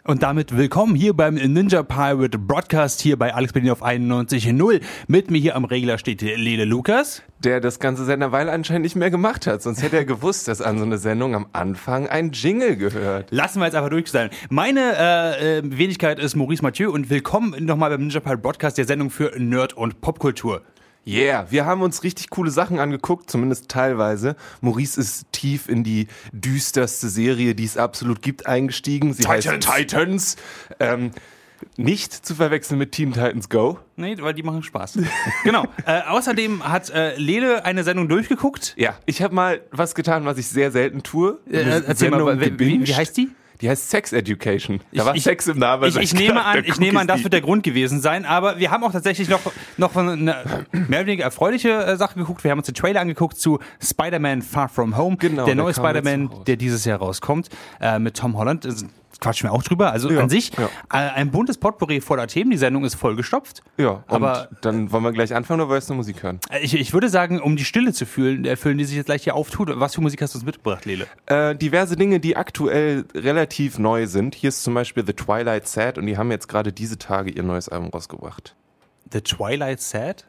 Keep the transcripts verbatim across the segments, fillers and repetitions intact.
Und damit willkommen hier beim Ninja Pirate Broadcast hier bei Alex Berlin auf einundneunzig Komma null. Mit mir hier am Regler steht Lele Lukas. Der das ganze seit einer Weile anscheinend nicht mehr gemacht hat. Sonst hätte er gewusst, dass an so eine Sendung am Anfang ein Jingle gehört. Lassen wir jetzt einfach durch sein. Meine äh, äh, Wenigkeit ist Maurice Mathieu und willkommen nochmal beim Ninja Pirate Broadcast, der Sendung für Nerd- und Popkultur. Yeah, wir haben uns richtig coole Sachen angeguckt, zumindest teilweise. Maurice ist tief in die düsterste Serie, die es absolut gibt, eingestiegen. Sie Titans. heißt Titans. Ähm, nicht zu verwechseln mit Teen Titans Go. Nee, weil die machen Spaß. Genau. Äh, außerdem hat äh, Lele eine Sendung durchgeguckt. Ja, ich habe mal was getan, was ich sehr selten tue. Äh, erzähl mal, wie, wie, wie heißt die? Die heißt Sex Education. Da Ich- war ich- Sex im Namen. Ich, ich, nehme an, ich nehme an, das wird der Grund gewesen sein, aber wir haben auch tatsächlich noch, noch eine mehr oder weniger erfreuliche äh, Sache geguckt. Wir haben uns den Trailer angeguckt zu Spider-Man Far From Home, Genau, der der neue kam jetzt Spider-Man, raus. der dieses Jahr rauskommt, äh, mit Tom Holland. Das quatschen wir auch drüber. Also Ja, an sich ja. äh, ein buntes Potpourri voller Themen. Die Sendung ist vollgestopft. Ja, aber und dann wollen wir gleich anfangen oder wolltest du Musik hören? äh, ich, ich würde sagen, um die Stille zu fühlen, äh, füllen, die sich jetzt gleich hier auftut. Was für Musik hast du uns mitgebracht, Lele? Äh, diverse Dinge, die aktuell relativ neu sind. Hier ist zum Beispiel The Twilight Sad und die haben jetzt gerade diese Tage ihr neues Album rausgebracht. The Twilight Sad?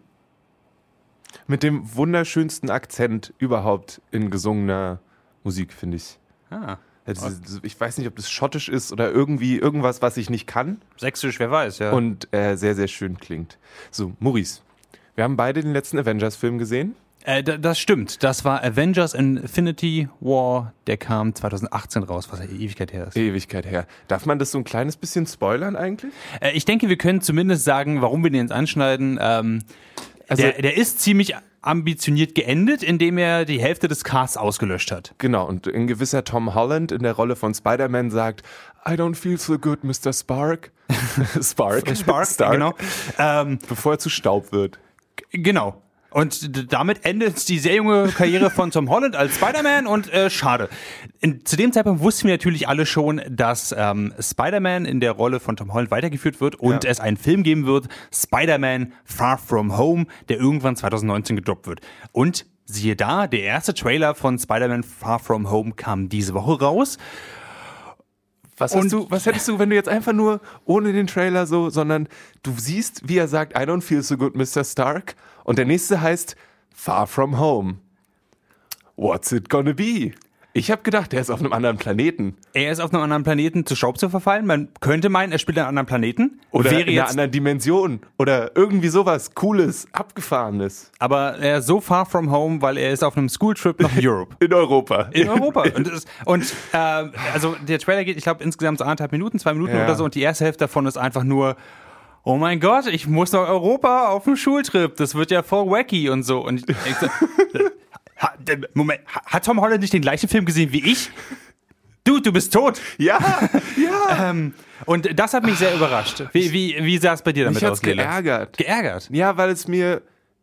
Mit dem wunderschönsten Akzent überhaupt in gesungener Musik, finde ich. Ah, Also, ich weiß nicht, ob das schottisch ist oder irgendwie irgendwas, was ich nicht kann sächsisch, wer weiß, ja. und äh, sehr, sehr schön klingt. So, Maurice, wir haben beide den letzten Avengers-Film gesehen. Äh, d- das stimmt. Das war Avengers Infinity War. Der kam zwanzig achtzehn raus, was ja Ewigkeit her ist. Ewigkeit her. Darf man das so ein kleines bisschen spoilern eigentlich? Äh, ich denke, wir können zumindest sagen, warum wir den jetzt anschneiden. Ähm, Also- der, der ist ziemlich ambitioniert geendet, indem er die Hälfte des Casts ausgelöscht hat. Genau, und ein gewisser Tom Holland in der Rolle von Spider-Man sagt, I don't feel so good, Mister Spark. Spark. Spark, genau. Ähm, Bevor er zu Staub wird. genau. Und d- damit endet die sehr junge Karriere von Tom Holland als Spider-Man und äh, schade. In, zu dem Zeitpunkt wussten wir natürlich alle schon, dass ähm, Spider-Man in der Rolle von Tom Holland weitergeführt wird und Ja. es einen Film geben wird, Spider-Man Far From Home, der irgendwann zwanzig neunzehn gedroppt wird. Und siehe da, der erste Trailer von Spider-Man Far From Home kam diese Woche raus. Was, Und- hast du, was hättest du, wenn du jetzt einfach nur ohne den Trailer so, sondern du siehst, wie er sagt, I don't feel so good, Mister Stark. Und der nächste heißt Far From Home. What's it gonna be? Ich habe gedacht, der ist auf einem anderen Planeten. Er ist auf einem anderen Planeten zu Staub zu verfallen. Man könnte meinen, er spielt in einem anderen Planeten. Oder Wäre in einer jetzt, anderen Dimension. Oder irgendwie sowas Cooles, Abgefahrenes. aber er ist so far from home, weil er ist auf einem Schooltrip nach Europe. In Europa. In Europa. Und, das ist, und äh, also der Trailer geht, ich glaube, insgesamt so anderthalb Minuten, zwei Minuten Ja. oder so. Und die erste Hälfte davon ist einfach nur, oh mein Gott, ich muss nach Europa auf einen Schultrip. Das wird ja voll wacky und so. Und ich, ich, ha, Moment, hat Tom Holland nicht den gleichen Film gesehen wie ich? Du, du bist tot. Ja, ja. Ähm, und das hat mich sehr überrascht. Wie, wie, wie sah es bei dir damit Mich hat's aus, Lele? geärgert. Geärgert? Ja, weil es mir,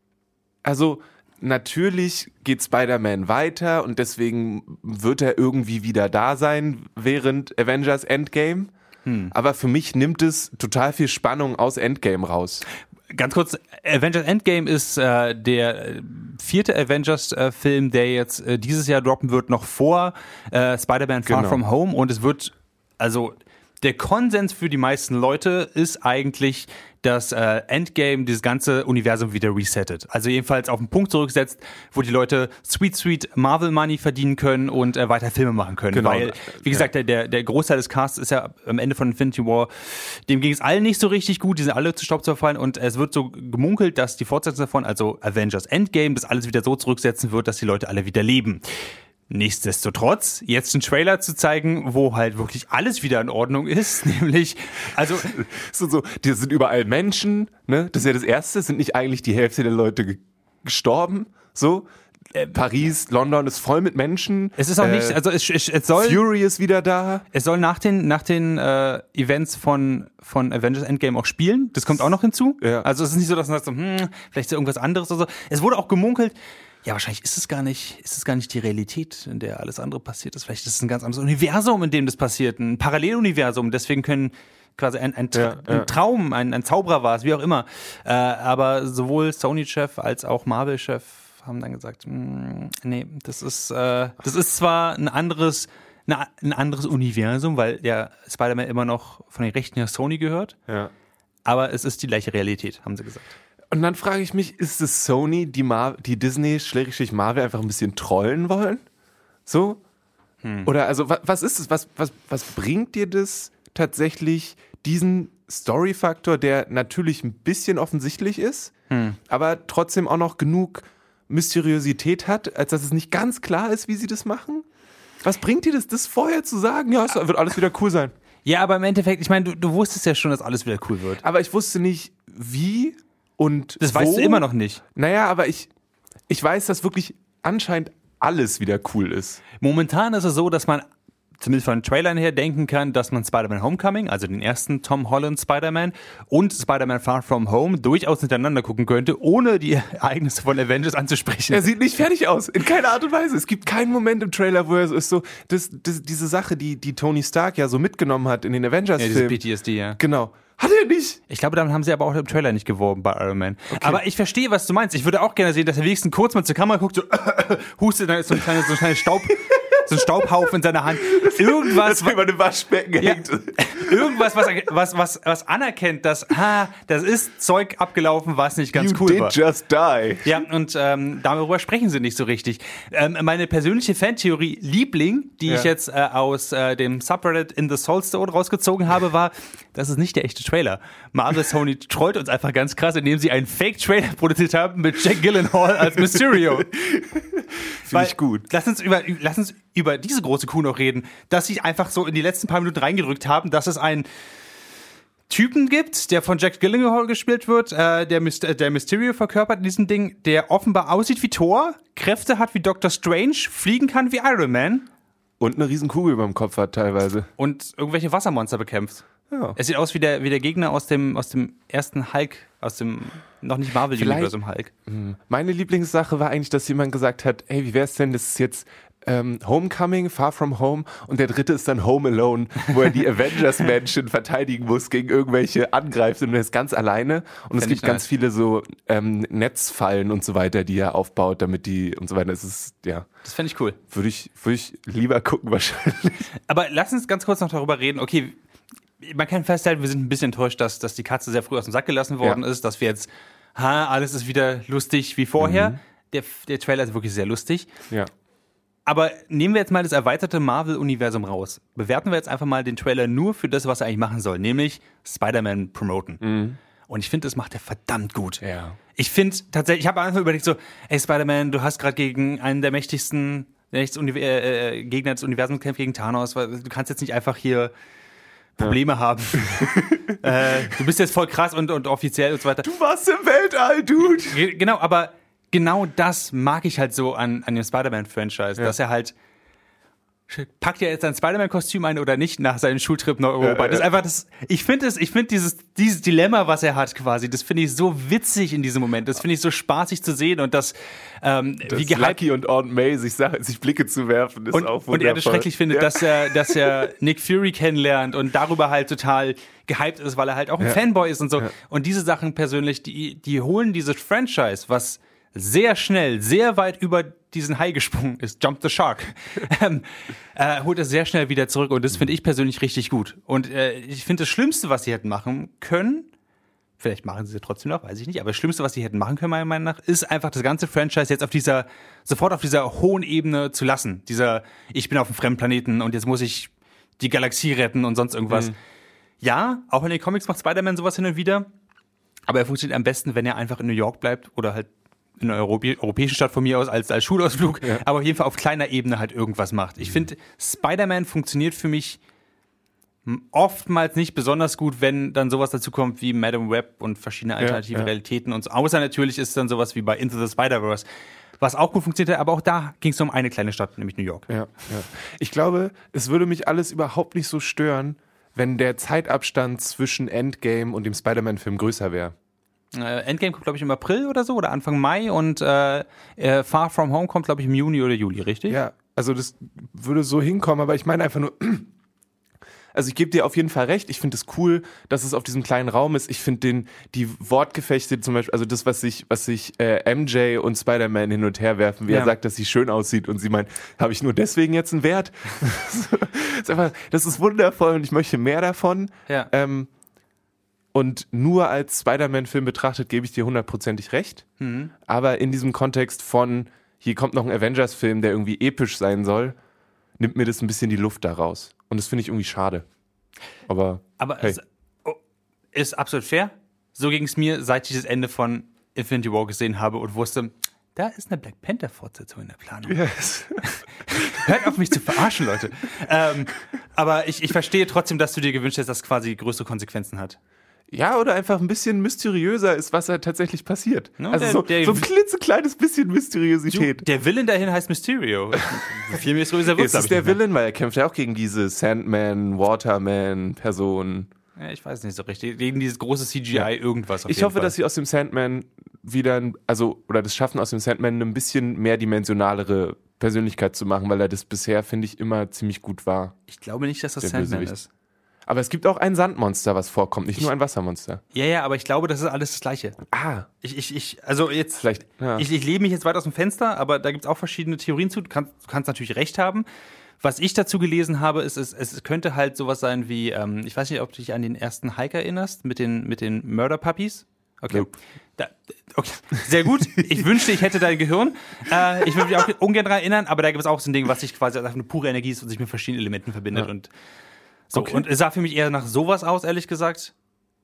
also natürlich geht Spider-Man weiter und deswegen wird er irgendwie wieder da sein während Avengers Endgame. Aber für mich nimmt es total viel Spannung aus Endgame raus. Ganz kurz, Avengers Endgame ist äh, der äh, vierte Avengers-Film, der jetzt äh, dieses Jahr droppen wird, noch vor äh, Spider-Man Far Genau. From Home. Und es wird, also der Konsens für die meisten Leute ist eigentlich, dass äh, Endgame dieses ganze Universum wieder resettet. Also jedenfalls auf den Punkt zurücksetzt, wo die Leute sweet, sweet Marvel Money verdienen können und äh, weiter Filme machen können. Genau. Weil, wie gesagt, der, der, der Großteil des Casts ist ja am Ende von Infinity War, dem ging es allen nicht so richtig gut, die sind alle zu Staub zerfallen und es wird so gemunkelt, dass die Fortsetzung davon, also Avengers Endgame, das alles wieder so zurücksetzen wird, dass die Leute alle wieder leben. Nichtsdestotrotz, jetzt einen Trailer zu zeigen, wo halt wirklich alles wieder in Ordnung ist, nämlich, also, So, so, die sind überall Menschen, ne? Das ist ja das Erste, sind nicht eigentlich die Hälfte der Leute ge- gestorben, so? Äh, Paris, London ist voll mit Menschen. es ist auch Äh, nicht, also es, es, es soll, Fury ist wieder da. es soll nach den, nach den äh, Events von, von Avengers Endgame auch spielen, das kommt auch noch hinzu. Ja. Also es ist nicht so, dass man sagt, so, hm, vielleicht ist ja irgendwas anderes oder so. Es wurde auch gemunkelt, ja, wahrscheinlich ist es gar nicht, ist es gar nicht die Realität, in der alles andere passiert ist. Vielleicht ist es ein ganz anderes Universum, in dem das passiert, ein Paralleluniversum. Deswegen können quasi ein, ein, Tra- Ja, ja. ein Traum, ein, ein Zauberer war es, wie auch immer. Äh, aber sowohl Sony-Chef als auch Marvel-Chef haben dann gesagt, mh, nee, das ist, äh, das ist zwar ein anderes eine, ein anderes Universum, weil ja Spider-Man immer noch von den Rechten her Sony gehört. Ja. Aber es ist die gleiche Realität, haben sie gesagt. Und dann frage ich mich, ist es Sony, die, Mar- die Disney, Schrägstrich Marvel einfach ein bisschen trollen wollen? So? Hm. Oder also, was, was ist es? Was, was, was bringt dir das tatsächlich, diesen Story-Faktor, der natürlich ein bisschen offensichtlich ist, hm. aber trotzdem auch noch genug Mysteriosität hat, als dass es nicht ganz klar ist, wie sie das machen? Was bringt dir das, das vorher zu sagen? Ja, es wird alles wieder cool sein. Ja, aber im Endeffekt, ich meine, du, du wusstest ja schon, dass alles wieder cool wird. Aber ich wusste nicht, wie und Das wo. weißt du immer noch nicht. Naja, aber ich, ich weiß, dass wirklich anscheinend alles wieder cool ist. Momentan ist es so, dass man zumindest von den Trailern her denken kann, dass man Spider-Man Homecoming, also den ersten Tom Holland Spider-Man und Spider-Man Far From Home durchaus hintereinander gucken könnte, ohne die Ereignisse von Avengers anzusprechen. Er sieht nicht fertig aus, in keiner Art und Weise. Es gibt keinen Moment im Trailer, wo er so ist, so, das, das, diese Sache, die, die Tony Stark ja so mitgenommen hat in den Avengers-Filmen. Ja, dieses P T S D, ja. Genau. Hat er nicht. Ich glaube, damit haben sie aber auch im Trailer nicht geworben bei Iron Man. Okay. Aber ich verstehe, was du meinst. Ich würde auch gerne sehen, dass er wenigstens kurz mal zur Kamera guckt, so hustet, dann ist so ein kleiner, so ein kleiner Staub, so ein Staubhaufen in seiner Hand. Irgendwas, das über dem Waschbecken ja, hängt. Irgendwas, was, was, was, was anerkennt, dass, ha, das ist Zeug abgelaufen, was nicht ganz you cool did war. Just die. Ja, und ähm, darüber sprechen sie nicht so richtig. Ähm, meine persönliche Fantheorie Liebling, die ja. ich jetzt äh, aus äh, dem Subreddit In the Soul Stone rausgezogen habe, war, das ist nicht der echte Trailer. Marvel Sony trollt uns einfach ganz krass, indem sie einen Fake-Trailer produziert haben mit Jack Gyllenhaal als Mysterio. Finde ich gut. Lass uns, über, lass uns über diese große Kuh noch reden, dass sie einfach so in die letzten paar Minuten reingedrückt haben, dass es einen Typen gibt, der von Jack Gyllenhaal gespielt wird, äh, der, Myst- der Mysterio verkörpert in diesem Ding, der offenbar aussieht wie Thor, Kräfte hat wie Doctor Strange, fliegen kann wie Iron Man. Und eine riesen Kugel über dem Kopf hat teilweise. Und irgendwelche Wassermonster bekämpft. Ja. Es sieht aus wie der, wie der Gegner aus dem, aus dem ersten Hulk, aus dem noch nicht Marvel-Universum Hulk. Meine Lieblingssache war eigentlich, dass jemand gesagt hat, hey, wie wär's denn, das ist jetzt ähm, Homecoming, Far From Home und der dritte ist dann Home Alone, wo er die Avengers-Menschen verteidigen muss gegen irgendwelche Angreifer und er ist ganz alleine und es gibt nice. ganz viele so ähm, Netzfallen und so weiter, die er aufbaut, damit die und so weiter, das ist, ja. Das fände ich cool. Würde ich, würde ich lieber gucken wahrscheinlich. Aber lass uns ganz kurz noch darüber reden, okay, man kann festhalten, wir sind ein bisschen enttäuscht, dass, dass die Katze sehr früh aus dem Sack gelassen worden ja. ist, dass wir jetzt, ha, alles ist wieder lustig wie vorher. Mhm. Der, der Trailer ist wirklich sehr lustig. Ja. Aber nehmen wir jetzt mal das erweiterte Marvel-Universum raus. Bewerten wir jetzt einfach mal den Trailer nur für das, was er eigentlich machen soll, nämlich Spider-Man promoten. Mhm. Und ich finde, das macht er verdammt gut. Ja. Ich finde tatsächlich, ich habe einfach überlegt so, ey Spider-Man, du hast gerade gegen einen der mächtigsten der äh, äh, Gegner des Universums gekämpft, gegen Thanos, weil du kannst jetzt nicht einfach hier Probleme ja. haben. äh, du bist jetzt voll krass und, und offiziell und so weiter. Du warst im Weltall, Dude! Ge- genau, aber genau das mag ich halt so an, an dem Spider-Man-Franchise, ja. dass er halt packt er jetzt sein Spider-Man-Kostüm ein oder nicht nach seinem Schultrip nach Europa. Ja, ja. Das ist einfach das, ich finde es, ich finde dieses, dieses Dilemma, was er hat quasi, das finde ich so witzig in diesem Moment. Das finde ich so spaßig zu sehen und das, ähm, das wie gehypt. Lucky und Aunt May sich, sich Blicke zu werfen, ist und, auch wundervoll. Und er das schrecklich findet, ja. dass er, dass er Nick Fury kennenlernt und darüber halt total gehypt ist, weil er halt auch ein ja. Fanboy ist und so. Ja. Und diese Sachen persönlich, die, die holen dieses Franchise, was sehr schnell, sehr weit über diesen Hai gesprungen ist, Jump the Shark, ähm, äh, holt es sehr schnell wieder zurück und das finde ich persönlich richtig gut. Und äh, ich finde das Schlimmste, was sie hätten machen können, vielleicht machen sie es trotzdem noch, weiß ich nicht, aber das Schlimmste, was sie hätten machen können, meiner Meinung nach, ist einfach das ganze Franchise jetzt auf dieser, sofort auf dieser hohen Ebene zu lassen. Dieser, ich bin auf einem fremden Planeten und jetzt muss ich die Galaxie retten und sonst irgendwas. Mhm. Ja, auch in den Comics macht Spider-Man sowas hin und wieder, aber er funktioniert am besten, wenn er einfach in New York bleibt oder halt in einer Europä- europäischen Stadt von mir aus als, als Schulausflug, ja. aber auf jeden Fall auf kleiner Ebene halt irgendwas macht. Ich finde, Spider-Man funktioniert für mich oftmals nicht besonders gut, wenn dann sowas dazu kommt wie Madame Web und verschiedene alternative ja, ja. Realitäten und so. Außer natürlich ist dann sowas wie bei Into the Spider-Verse, was auch gut funktioniert hat, aber auch da ging es um eine kleine Stadt, nämlich New York. Ja, ja. Ich glaube, es würde mich alles überhaupt nicht so stören, wenn der Zeitabstand zwischen Endgame und dem Spider-Man-Film größer wäre. Endgame kommt, glaube ich, im April oder so oder Anfang Mai und äh, Far From Home kommt, glaube ich, im Juni oder Juli, richtig? Ja, also das würde so hinkommen, aber ich meine einfach nur, also ich gebe dir auf jeden Fall recht, ich finde es cool, dass es auf diesem kleinen Raum ist. Ich finde den die Wortgefechte zum Beispiel, also das, was sich was sich äh, M J und Spider-Man hin und her werfen, wie Ja. er sagt, dass sie schön aussieht und sie meint, habe ich nur deswegen jetzt einen Wert? das, ist einfach, das ist wundervoll und ich möchte mehr davon. Ja. Ähm, und nur als Spider-Man-Film betrachtet, gebe ich dir hundertprozentig recht. Mhm. Aber in diesem Kontext von, hier kommt noch ein Avengers-Film, der irgendwie episch sein soll, nimmt mir das ein bisschen die Luft da raus. Und das finde ich irgendwie schade. Aber, Aber hey. es oh, ist absolut fair. So ging es mir, seit ich das Ende von Infinity War gesehen habe und wusste, da ist eine Black Panther-Fortsetzung in der Planung. Yes. Hört auf mich zu verarschen, Leute. ähm, aber ich, ich verstehe trotzdem, dass du dir gewünscht hast, dass es quasi größere Konsequenzen hat. Ja, oder einfach ein bisschen mysteriöser ist, was da tatsächlich passiert. No, also der- so, der- so ein klitzekleines bisschen Mysteriosität. Der Villain dahin heißt Mysterio. Viel mysteriöser wird Ist es der Villain? Weil er kämpft ja auch gegen diese Sandman, Waterman-Person. Ja, ich weiß nicht so richtig. Gegen dieses große C G I irgendwas. Auf Ich jeden hoffe, Fall. dass sie aus dem Sandman wieder, ein- also, oder das schaffen, aus dem Sandman ein bisschen mehrdimensionalere Persönlichkeit zu machen, weil er das bisher, finde ich, immer ziemlich gut war. Ich glaube nicht, dass das Der Sandman Bösewicht. ist. Aber es gibt auch ein Sandmonster, was vorkommt, nicht nur ein Wassermonster. Ja, ja, aber ich glaube, das ist alles das Gleiche. Ah, Ich, ich, ich, also jetzt, vielleicht, ja. ich, ich lebe mich jetzt weit aus dem Fenster, aber da gibt es auch verschiedene Theorien zu. Du kannst, du kannst natürlich recht haben. Was ich dazu gelesen habe, ist, es, es könnte halt sowas sein wie, ähm, ich weiß nicht, ob du dich an den ersten Hike erinnerst, mit den, mit den Murder Puppies. Okay. Nope. Da, okay. Sehr gut. Ich wünschte, ich hätte dein Gehirn. Äh, ich würde mich auch ungern daran erinnern, aber da gibt es auch so ein Ding, was sich quasi als einfach eine pure Energie ist und sich mit verschiedenen Elementen verbindet. Ja. Und so. Okay. Und es sah für mich eher nach sowas aus, ehrlich gesagt.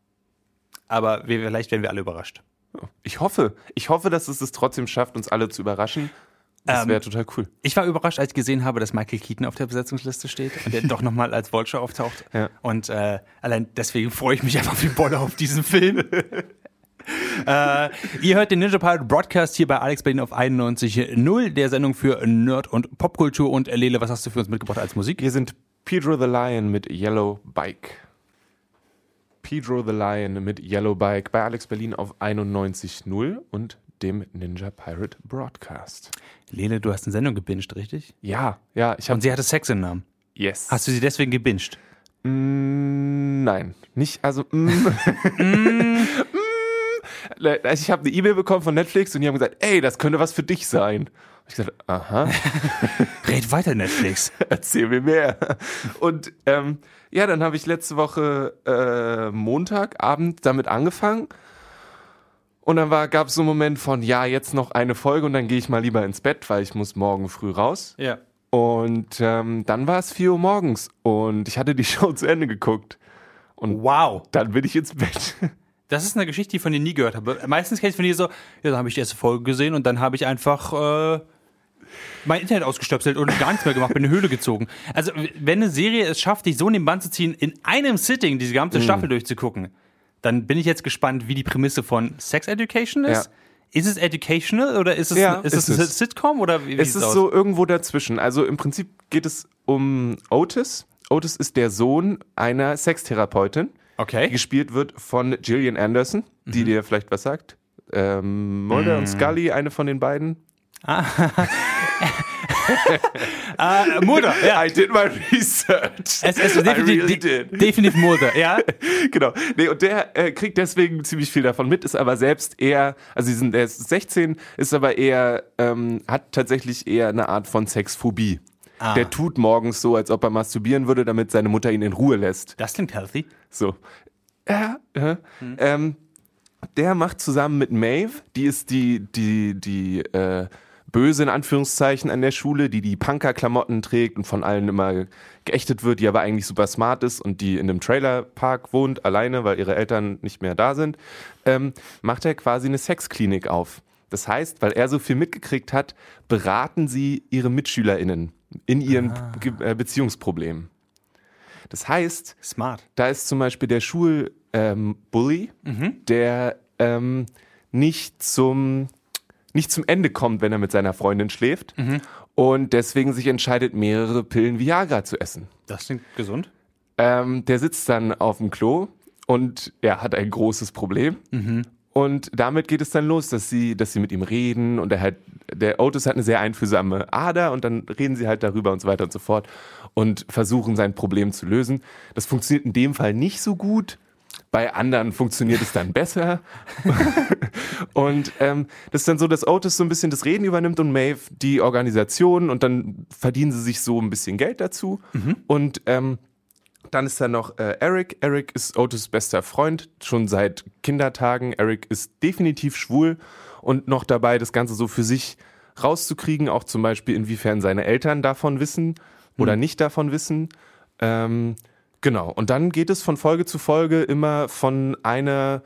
Aber wir, vielleicht werden wir alle überrascht. Ich hoffe, ich hoffe, dass es es trotzdem schafft, uns alle zu überraschen. Das Ähm, wäre total cool. Ich war überrascht, als ich gesehen habe, dass Michael Keaton auf der Besetzungsliste steht und der doch nochmal als Vulture auftaucht. Ja. Und äh, allein deswegen freue ich mich einfach wie Bolle auf diesen Film. äh, ihr hört den Ninja Pirate Broadcast hier bei Alex Berlin auf einundneunzig Komma null, der Sendung für Nerd und Popkultur. Und äh, Lele, was hast du für uns mitgebracht als Musik? Hier sind Pedro the Lion mit Yellow Bike. Pedro the Lion mit Yellow Bike bei Alex Berlin auf einundneunzig Komma null und dem Ninja Pirate Broadcast. Lele, du hast eine Sendung gebinged, richtig? Ja, ja, ich habe. Und sie hatte Sex im Namen. Yes. Hast du sie deswegen gebinged? Mm, nein, nicht, also. Mm, mm, also ich habe eine E-Mail bekommen von Netflix und die haben gesagt, ey, das könnte was für dich sein. Ich gesagt, aha, Red weiter, Netflix. erzähl mir mehr. Und ähm, ja, dann habe ich letzte Woche äh, Montagabend damit angefangen. Und dann gab es so einen Moment von, ja, jetzt noch eine Folge und dann gehe ich mal lieber ins Bett, weil ich muss morgen früh raus. Ja. Und ähm, dann war es vier Uhr morgens und ich hatte die Show zu Ende geguckt. Und Wow. dann bin ich ins Bett. Das ist eine Geschichte, die ich von dir nie gehört habe. Meistens kenne ich von dir so, ja, dann habe ich die erste Folge gesehen und dann habe ich einfach äh, mein Internet ausgestöpselt und gar nichts mehr gemacht, bin in eine Höhle gezogen. Also, wenn eine Serie es schafft, dich so in den Bann zu ziehen, in einem Sitting diese ganze Staffel durchzugucken, dann bin ich jetzt gespannt, wie die Prämisse von Sex Education ist. Ja. Ist es educational oder ist es, Ja, ist es ist ein es. Sitcom oder wie, wie Es sieht's ist aus? so irgendwo dazwischen. Also im Prinzip geht es um Otis. Otis ist der Sohn einer Sextherapeutin, die Okay. gespielt wird von Gillian Anderson, die dir vielleicht was sagt. Ähm, Mulder und Scully, eine von den beiden. Äh, Mulder, ja. I did my research. Es, es ist I definitiv, really did. definitiv Mulder, ja. Genau. Nee, und der äh, kriegt deswegen ziemlich viel davon mit, ist aber selbst eher, also sie sind, er ist sechzehn, ist aber eher, ähm, hat tatsächlich eher eine Art von Sexphobie. Ah. Der tut morgens so, als ob er masturbieren würde, damit seine Mutter ihn in Ruhe lässt. Das klingt healthy. So. Ja, äh, ähm, der macht zusammen mit Maeve, die ist die, die, die, äh, böse in Anführungszeichen an der Schule, die die Punker-Klamotten trägt und von allen immer geächtet wird, die aber eigentlich super smart ist und die in einem Trailerpark wohnt, alleine, weil ihre Eltern nicht mehr da sind, ähm, macht er quasi eine Sexklinik auf. Das heißt, weil er so viel mitgekriegt hat, beraten sie ihre MitschülerInnen in ihren Ah. Ge- äh, Beziehungsproblemen. Das heißt, Smart. da ist zum Beispiel der Schulbully, ähm, Bully, der ähm, nicht zum nicht zum Ende kommt, wenn er mit seiner Freundin schläft und deswegen sich entscheidet, mehrere Pillen Viagra zu essen. Das klingt gesund. Ähm, der sitzt dann auf dem Klo und er hat ein großes Problem Und damit geht es dann los, dass sie, dass sie mit ihm reden und er halt, der Otis hat eine sehr einfühlsame Ader und dann reden sie halt darüber und so weiter und so fort und versuchen sein Problem zu lösen. Das funktioniert in dem Fall nicht so gut. Bei anderen funktioniert es dann besser. Und ähm, das ist dann so, dass Otis so ein bisschen das Reden übernimmt und Maeve die Organisation und dann verdienen sie sich so ein bisschen Geld dazu. Mhm. Und ähm, dann ist da noch äh, Eric. Eric ist Otis' bester Freund, schon seit Kindertagen. Eric ist definitiv schwul und noch dabei, das Ganze so für sich rauszukriegen, auch zum Beispiel, inwiefern seine Eltern davon wissen oder mhm. nicht davon wissen. Ähm, genau, und dann geht es von Folge zu Folge immer von einer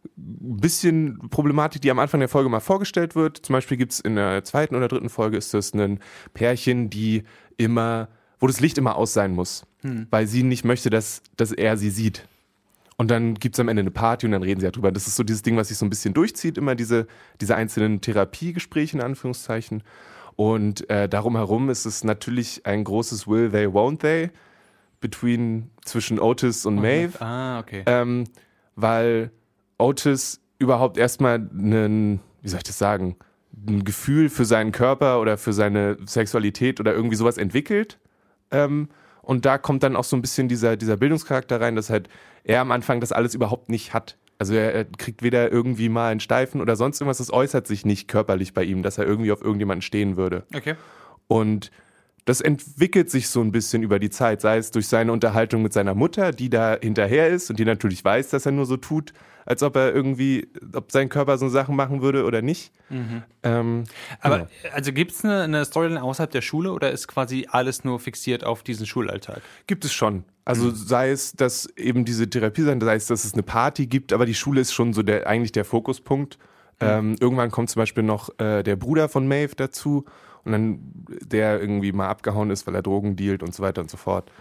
bisschen Problematik, die am Anfang der Folge mal vorgestellt wird. Zum Beispiel gibt es in der zweiten oder dritten Folge ist das ein Pärchen, die immer, wo das Licht immer aus sein muss, hm. weil sie nicht möchte, dass, dass er sie sieht. Und dann gibt es am Ende eine Party und dann reden sie ja drüber. Das ist so dieses Ding, was sich so ein bisschen durchzieht, immer diese, diese einzelnen Therapiegespräche in Anführungszeichen. Und äh, darum herum ist es natürlich ein großes Will they, won't they between, zwischen Otis und Maeve. Ah, okay. Ähm, weil Otis überhaupt erstmal einen, wie soll ich das sagen, ein Gefühl für seinen Körper oder für seine Sexualität oder irgendwie sowas entwickelt. Ähm, und da kommt dann auch so ein bisschen dieser, dieser Bildungscharakter rein, dass halt er am Anfang das alles überhaupt nicht hat. Also er, er kriegt weder irgendwie mal einen Steifen oder sonst irgendwas, das äußert sich nicht körperlich bei ihm, dass er irgendwie auf irgendjemanden stehen würde. Okay. Und das entwickelt sich so ein bisschen über die Zeit, sei es durch seine Unterhaltung mit seiner Mutter, die da hinterher ist und die natürlich weiß, dass er nur so tut, als ob er irgendwie, ob sein Körper so Sachen machen würde oder nicht. Mhm. Ähm, Aber genau. also gibt es eine, eine Storyline außerhalb der Schule oder ist quasi alles nur fixiert auf diesen Schulalltag? Gibt es schon. Also mhm. sei es, dass eben diese Therapie sein, sei es, dass es eine Party gibt, aber die Schule ist schon so der eigentlich der Fokuspunkt. Mhm. Ähm, irgendwann kommt zum Beispiel noch äh, der Bruder von Maeve dazu und dann der irgendwie mal abgehauen ist, weil er Drogen dealt und so weiter und so fort.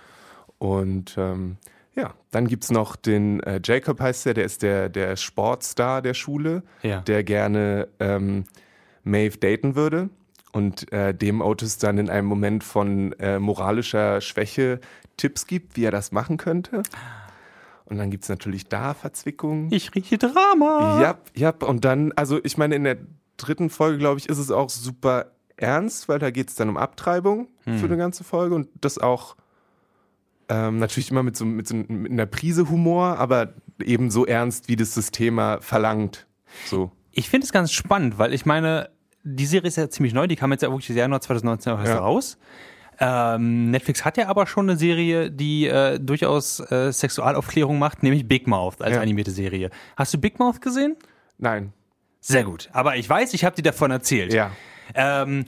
Und ähm, ja, dann gibt's noch den äh, Jacob heißt der, der ist der, der Sportstar der Schule, ja. der gerne ähm, Maeve daten würde und äh, dem Otis dann in einem Moment von äh, moralischer Schwäche Tipps gibt, wie er das machen könnte. Und dann gibt's natürlich da Verzwickungen. Ich rieche Drama! Ja, ja, und dann, also ich meine, in der dritten Folge, glaube ich, ist es auch super ernst, weil da geht's dann um Abtreibung hm. für eine ganze Folge und das auch ähm, natürlich immer mit so, mit so mit einer Prise Humor, aber eben so ernst, wie das das Thema verlangt. So. Ich finde es ganz spannend, weil ich meine, die Serie ist ja ziemlich neu, die kam jetzt ja wirklich Januar zwanzig neunzehn auch erst ja. raus. Ähm, Netflix hat ja aber schon eine Serie, die äh, durchaus äh, Sexualaufklärung macht, nämlich Big Mouth als ja. animierte Serie. Hast du Big Mouth gesehen? Nein. Sehr gut. Aber ich weiß, ich habe dir davon erzählt. Ja. Ähm,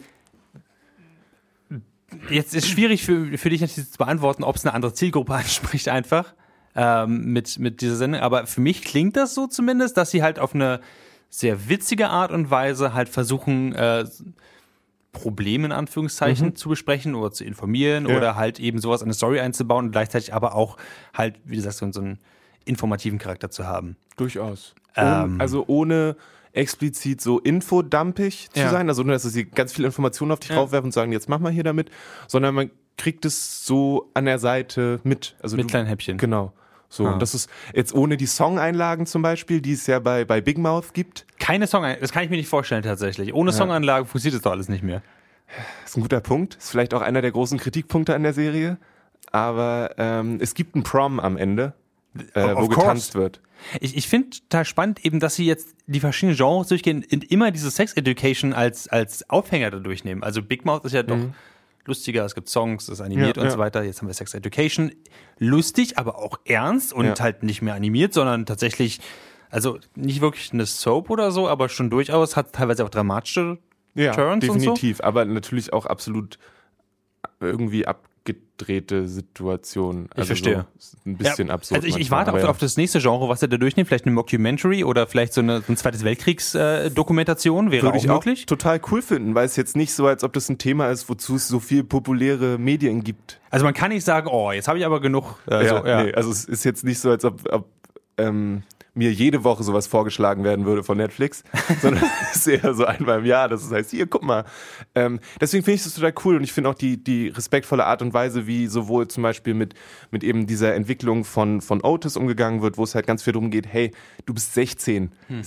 jetzt ist schwierig für, für dich natürlich zu beantworten, ob es eine andere Zielgruppe anspricht einfach ähm, mit, mit dieser Sendung. Aber für mich klingt das so zumindest, dass sie halt auf eine sehr witzige Art und Weise halt versuchen, äh, Probleme in Anführungszeichen mhm. zu besprechen oder zu informieren ja. oder halt eben sowas an eine Story einzubauen und gleichzeitig aber auch halt, wie du sagst, so einen informativen Charakter zu haben. Durchaus. Ähm, oh, also ohne explizit so infodumpig zu ja. sein, also nur, dass sie ganz viele Informationen auf dich ja. draufwerfen und sagen, jetzt mach mal hier damit, sondern man kriegt es so an der Seite mit. Also mit du, kleinen Häppchen. Genau. So, ah. und das ist jetzt ohne die Songeinlagen zum Beispiel, die es ja bei, bei Big Mouth gibt. Keine Songeinlagen, das kann ich mir nicht vorstellen tatsächlich. Ohne ja. Songeinlagen funktioniert das doch alles nicht mehr. Das ist ein guter Punkt. Ist vielleicht auch einer der großen Kritikpunkte an der Serie. Aber ähm, es gibt einen Prom am Ende, äh, wo getanzt wird. Ich, ich finde total spannend eben, dass sie jetzt die verschiedenen Genres durchgehen und immer diese Sex Education als, als Aufhänger da durchnehmen. Also Big Mouth ist ja doch mhm. lustiger, es gibt Songs, es ist animiert ja, und ja. so weiter. Jetzt haben wir Sex Education. Lustig, aber auch ernst und ja. halt nicht mehr animiert, sondern tatsächlich, also nicht wirklich eine Soap oder so, aber schon durchaus, hat teilweise auch dramatische ja, Turns definitiv, und so. Aber natürlich auch absolut irgendwie abgedrehte Situationen. Also ich verstehe. So ein bisschen ja, absurd. Also ich, ich manchmal, warte auf, ja. auf das nächste Genre, was er da durchnimmt, vielleicht eine Mockumentary oder vielleicht so eine, so ein Zweites Weltkriegs-Dokumentation, wäre Würde auch ich möglich. Auch total cool finden, weil es jetzt nicht so, als ob das ein Thema ist, wozu es so viel populäre Medien gibt. Also man kann nicht sagen, oh, jetzt habe ich aber genug. Also, ja, ja. Nee, also es ist jetzt nicht so, als ob, ob ähm, mir jede Woche sowas vorgeschlagen werden würde von Netflix, sondern es ist eher so einmal im Jahr, das heißt, hier, guck mal. Ähm, deswegen finde ich das total cool und ich finde auch die, die respektvolle Art und Weise, wie sowohl zum Beispiel mit, mit eben dieser Entwicklung von, von Otis umgegangen wird, wo es halt ganz viel darum geht, hey, du bist sechzehn, hm. es ist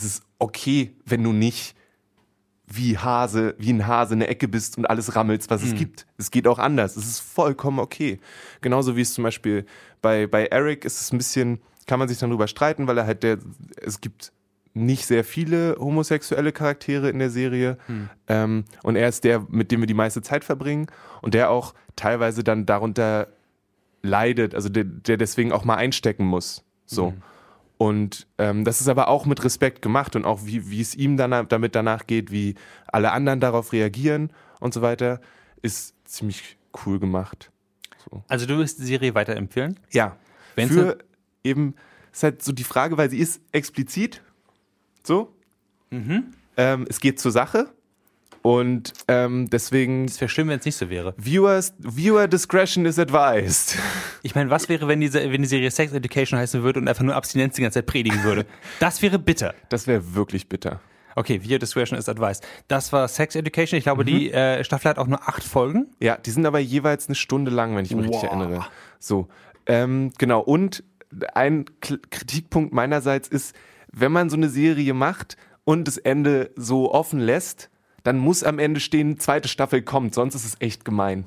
okay, wenn du nicht wie Hase, wie ein Hase in der Ecke bist und alles rammelst, was mhm. es gibt. Es geht auch anders. Es ist vollkommen okay. Genauso wie es zum Beispiel bei, bei Eric ist es ein bisschen, kann man sich dann drüber streiten, weil er halt der, es gibt nicht sehr viele homosexuelle Charaktere in der Serie. Mhm. Ähm, und er ist der, mit dem wir die meiste Zeit verbringen und der auch teilweise dann darunter leidet, also der, der deswegen auch mal einstecken muss. So. Mhm. Und ähm, das ist aber auch mit Respekt gemacht und auch wie, wie es ihm dann damit danach geht, wie alle anderen darauf reagieren und so weiter, ist ziemlich cool gemacht. So. Also du wirst die Serie weiterempfehlen? Ja. Wenn's Für eben, ist halt so die Frage, weil sie ist explizit so. Mhm. Ähm, es geht zur Sache. Und ähm, deswegen... Das wäre schön, wenn es nicht so wäre. Viewers, Viewer discretion is advised. Ich meine, was wäre, wenn die, wenn die Serie Sex Education heißen würde und einfach nur Abstinenz die ganze Zeit predigen würde? Das wäre bitter. Das wäre wirklich bitter. Okay, Viewer discretion is advised. Das war Sex Education. Ich glaube, mhm. die äh, Staffel hat auch nur acht Folgen. Ja, die sind aber jeweils eine Stunde lang, wenn ich mich wow. richtig erinnere. So, ähm, genau. Und ein K- Kritikpunkt meinerseits ist, wenn man so eine Serie macht und das Ende so offen lässt, dann muss am Ende stehen, zweite Staffel kommt, sonst ist es echt gemein.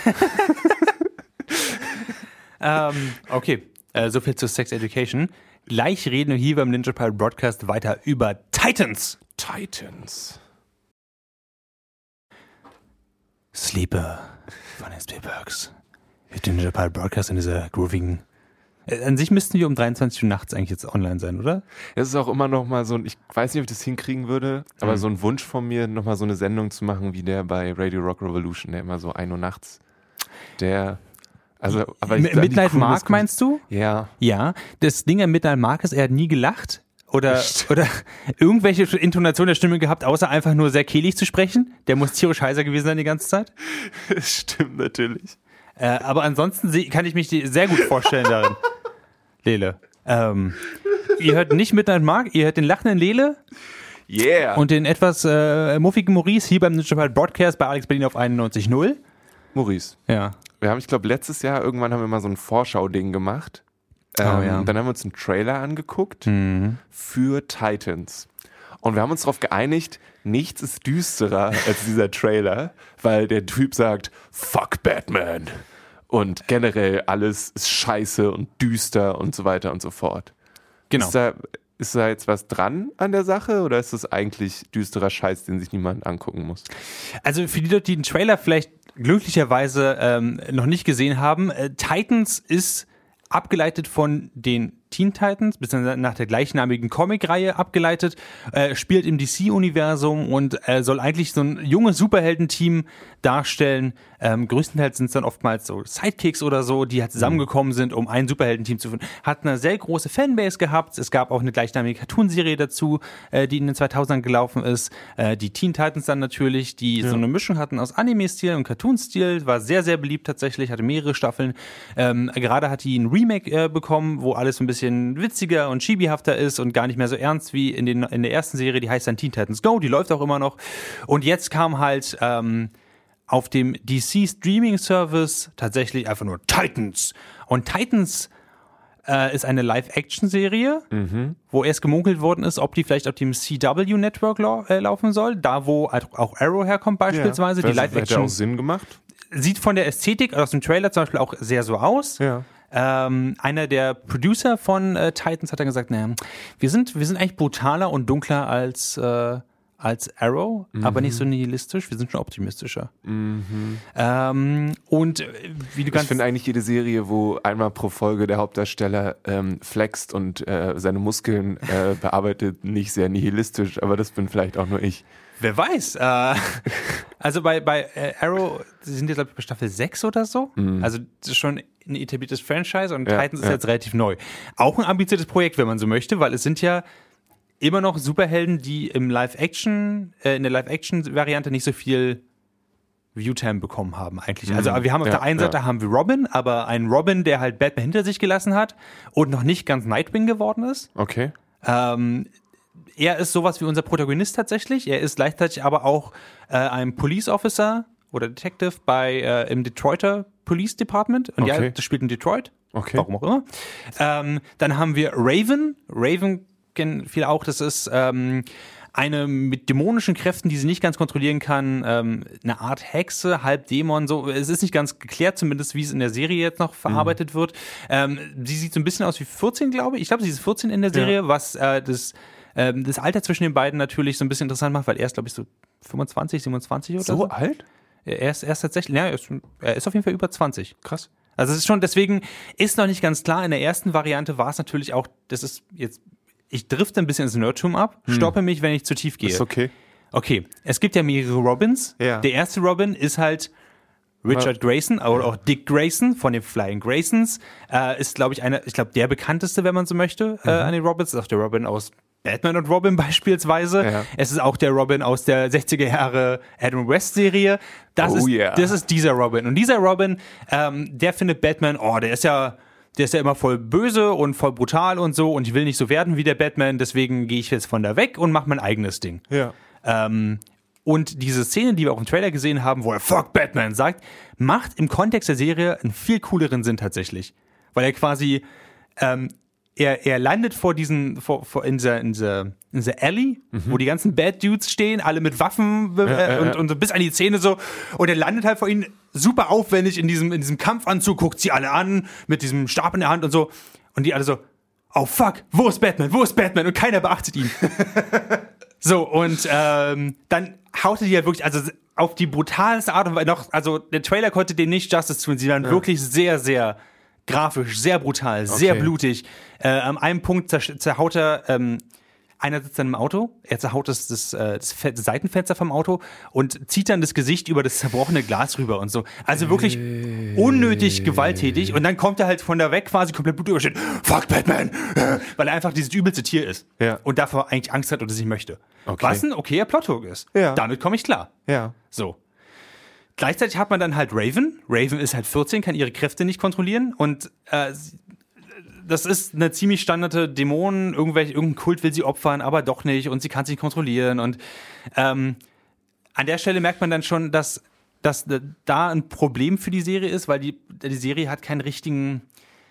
ähm, okay, äh, soviel zu Sex Education. Gleich reden wir hier beim Ninja Pirate Broadcast weiter über Titans. Titans. Sleeper von den Spielbergs. Mit dem Ninja Pirate Broadcast in dieser groovigen... An sich müssten wir um dreiundzwanzig Uhr nachts eigentlich jetzt online sein, oder? Das ist auch immer noch mal so ein, ich weiß nicht, ob ich das hinkriegen würde, aber mhm. so ein Wunsch von mir, noch mal so eine Sendung zu machen, wie der bei Radio Rock Revolution, der immer so ein Uhr nachts, der, also, aber ich, Midnight Mark meinst du? Ja. Ja, das Ding an Midnight Mark ist, er hat nie gelacht oder, oder irgendwelche Intonationen der Stimme gehabt, außer einfach nur sehr kehlig zu sprechen. Der muss tierisch heiser gewesen sein die ganze Zeit. Das stimmt natürlich. Äh, aber ansonsten kann ich mich sehr gut vorstellen darin. Lele. Ähm, ihr hört nicht Midnight Mark, ihr hört den lachenden Lele. Yeah. Und den etwas äh, muffigen Maurice hier beim Ninja Pirate Broadcast bei Alex Berlin auf einundneunzig Komma null. Maurice. Ja. Wir haben, ich glaube, letztes Jahr irgendwann haben wir mal so ein Vorschau-Ding gemacht. Ähm, oh, ja. Dann haben wir uns einen Trailer angeguckt mhm. für Titans. Und wir haben uns darauf geeinigt, nichts ist düsterer als dieser Trailer, weil der Typ sagt, fuck Batman. Und generell alles ist scheiße und düster und so weiter und so fort. Genau. Ist da, ist da jetzt was dran an der Sache oder ist das eigentlich düsterer Scheiß, den sich niemand angucken muss? Also für die Leute, die den Trailer vielleicht glücklicherweise ähm, noch nicht gesehen haben, äh, Titans ist abgeleitet von den Teen Titans, bis nach der gleichnamigen Comic-Reihe abgeleitet, äh, spielt im D C-Universum und äh, soll eigentlich so ein junges Superheldenteam darstellen. Ähm, größtenteils sind es dann oftmals so Sidekicks oder so, die halt zusammengekommen sind, um ein Superheldenteam zu finden. Hat eine sehr große Fanbase gehabt. Es gab auch eine gleichnamige Cartoonserie dazu, äh, die in den zweitausendern gelaufen ist. Äh, die Teen Titans dann natürlich, die ja. so eine Mischung hatten aus Anime-Stil und Cartoon-Stil. War sehr, sehr beliebt tatsächlich, hatte mehrere Staffeln. Ähm, gerade hat die ein Remake äh, bekommen, wo alles so ein bisschen witziger und chibi-hafter ist und gar nicht mehr so ernst wie in, den, in der ersten Serie, die heißt dann Teen Titans Go, die läuft auch immer noch. Und jetzt kam halt ähm, auf dem D C-Streaming-Service tatsächlich einfach nur Titans. Und Titans äh, ist eine Live-Action-Serie, mhm. wo erst gemunkelt worden ist, ob die vielleicht auf dem C W-Network lau- äh, laufen soll, da wo auch Arrow herkommt beispielsweise. Ja, die Live-Action hätte auch Sinn gemacht. Sieht von der Ästhetik aus dem Trailer zum Beispiel auch sehr so aus. Ja. Ähm, einer der Producer von äh, Titans hat dann gesagt, naja, wir sind, wir sind eigentlich brutaler und dunkler als, äh, als Arrow, mhm. aber nicht so nihilistisch, wir sind schon optimistischer. Mhm. Ähm, und äh, wie du ganz... Ich finde eigentlich jede Serie, wo einmal pro Folge der Hauptdarsteller ähm, flext und äh, seine Muskeln äh, bearbeitet, nicht sehr nihilistisch, aber das bin vielleicht auch nur ich. Wer weiß. Äh, also bei, bei äh, Arrow sind jetzt, glaube ich, bei Staffel sechs oder so. Mhm. Also das ist schon ein etabliertes Franchise und ja, Titans ist ja. jetzt relativ neu. Auch ein ambitioniertes Projekt, wenn man so möchte, weil es sind ja immer noch Superhelden, die im Live-Action, äh, in der Live-Action-Variante nicht so viel Viewtime bekommen haben eigentlich. Also wir haben auf ja, der einen Seite ja. haben wir Robin, aber einen Robin, der halt Batman hinter sich gelassen hat und noch nicht ganz Nightwing geworden ist. Okay. Ähm, Er ist sowas wie unser Protagonist tatsächlich. Er ist gleichzeitig aber auch äh, ein Police Officer oder Detective bei äh, im Detroiter Police Department. Und okay. ja, das spielt in Detroit. Okay. Warum auch immer. Ähm, dann haben wir Raven. Raven kennen viele auch. Das ist ähm, eine mit dämonischen Kräften, die sie nicht ganz kontrollieren kann, ähm, eine Art Hexe, halb Dämon, so. Es ist nicht ganz geklärt, zumindest wie es in der Serie jetzt noch verarbeitet mhm. wird. Ähm, sie sieht so ein bisschen aus wie vierzehn, glaube ich. Ich glaube, sie ist vierzehn in der Serie, ja. was äh, das, äh, das Alter zwischen den beiden natürlich so ein bisschen interessant macht, weil er ist, glaube ich, so fünfundzwanzig, siebenundzwanzig oder so. So alt? Er ist, er ist tatsächlich, ja, er ist, er ist auf jeden Fall über zwanzig. Krass. Also es ist schon, deswegen ist noch nicht ganz klar. In der ersten Variante war es natürlich auch, das ist jetzt, ich drifte ein bisschen ins Nerdtum ab, hm. stoppe mich, wenn ich zu tief gehe. Ist okay. Okay, es gibt ja mehrere Robins. Ja. Der erste Robin ist halt Richard ja. Grayson, oder auch Dick Grayson von den Flying Graysons. Äh, ist, glaube ich, einer, ich glaube, der bekannteste, wenn man so möchte, mhm. äh, an den Robins. Ist auch der Robin aus Batman und Robin beispielsweise. Ja. Es ist auch der Robin aus der sechziger Jahre Adam West Serie. Das, oh, ist, yeah. das ist dieser Robin. Und dieser Robin, ähm, der findet Batman, oh, der ist ja der ist ja immer voll böse und voll brutal und so und ich will nicht so werden wie der Batman, deswegen gehe ich jetzt von da weg und mache mein eigenes Ding. Ja. Ähm, und diese Szene, die wir auch im Trailer gesehen haben, wo er Fuck Batman sagt, macht im Kontext der Serie einen viel cooleren Sinn tatsächlich. Weil er quasi, ähm, er, er landet vor diesen, vor, vor in dieser, in dieser, in dieser Alley, mhm. wo die ganzen Bad Dudes stehen, alle mit Waffen äh, ja, ja, und, und so bis an die Zähne so. Und er landet halt vor ihnen super aufwendig in diesem, in diesem Kampfanzug, guckt sie alle an, mit diesem Stab in der Hand und so. Und die alle so, oh fuck, wo ist Batman, wo ist Batman? Und keiner beachtet ihn. So, und ähm, dann haute die ja wirklich, also auf die brutalste Art und Weise noch, also der Trailer konnte dem nicht Justice tun, sie waren ja. wirklich sehr, sehr grafisch, sehr brutal, okay. sehr blutig. Äh, an einem Punkt zer- zerhaut er, ähm, einer sitzt dann im Auto, er zerhaut das, das, das, das Seitenfenster vom Auto und zieht dann das Gesicht über das zerbrochene Glas rüber und so. Also wirklich unnötig gewalttätig. Und dann kommt er halt von da weg quasi komplett blutüberschüttet. Fuck Batman! Weil er einfach dieses übelste Tier ist. Ja. Und davor eigentlich Angst hat und es nicht möchte. Okay. Was ein okayer Plothook ist. Ja. Damit komme ich klar. Ja. So. Gleichzeitig hat man dann halt Raven. Raven ist halt vierzehn, kann ihre Kräfte nicht kontrollieren und äh, das ist eine ziemlich standarte Dämonen, irgendwelche, irgendein Kult will sie opfern, aber doch nicht und sie kann sich nicht kontrollieren und ähm, an der Stelle merkt man dann schon, dass, dass da ein Problem für die Serie ist, weil die, die Serie hat keinen richtigen,